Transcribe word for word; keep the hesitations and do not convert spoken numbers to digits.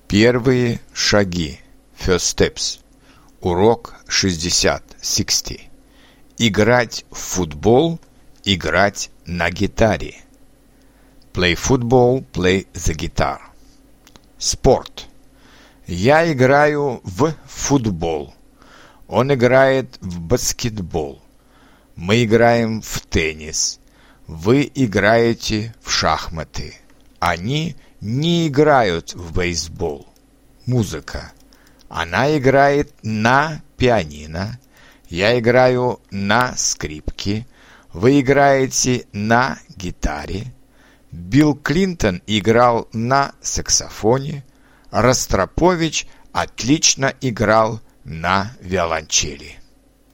Первые шаги. First steps. Урок шестьдесят. sixty. Играть в футбол. Играть на гитаре. Play football. Play the guitar. Спорт. Я играю в футбол. Он играет в баскетбол. Мы играем в теннис. Вы играете в шахматы. Они не играют в бейсбол. Музыка. Она играет на пианино. Я играю на скрипке. Вы играете на гитаре. Билл Клинтон играл на саксофоне. Ростропович отлично играл на виолончели.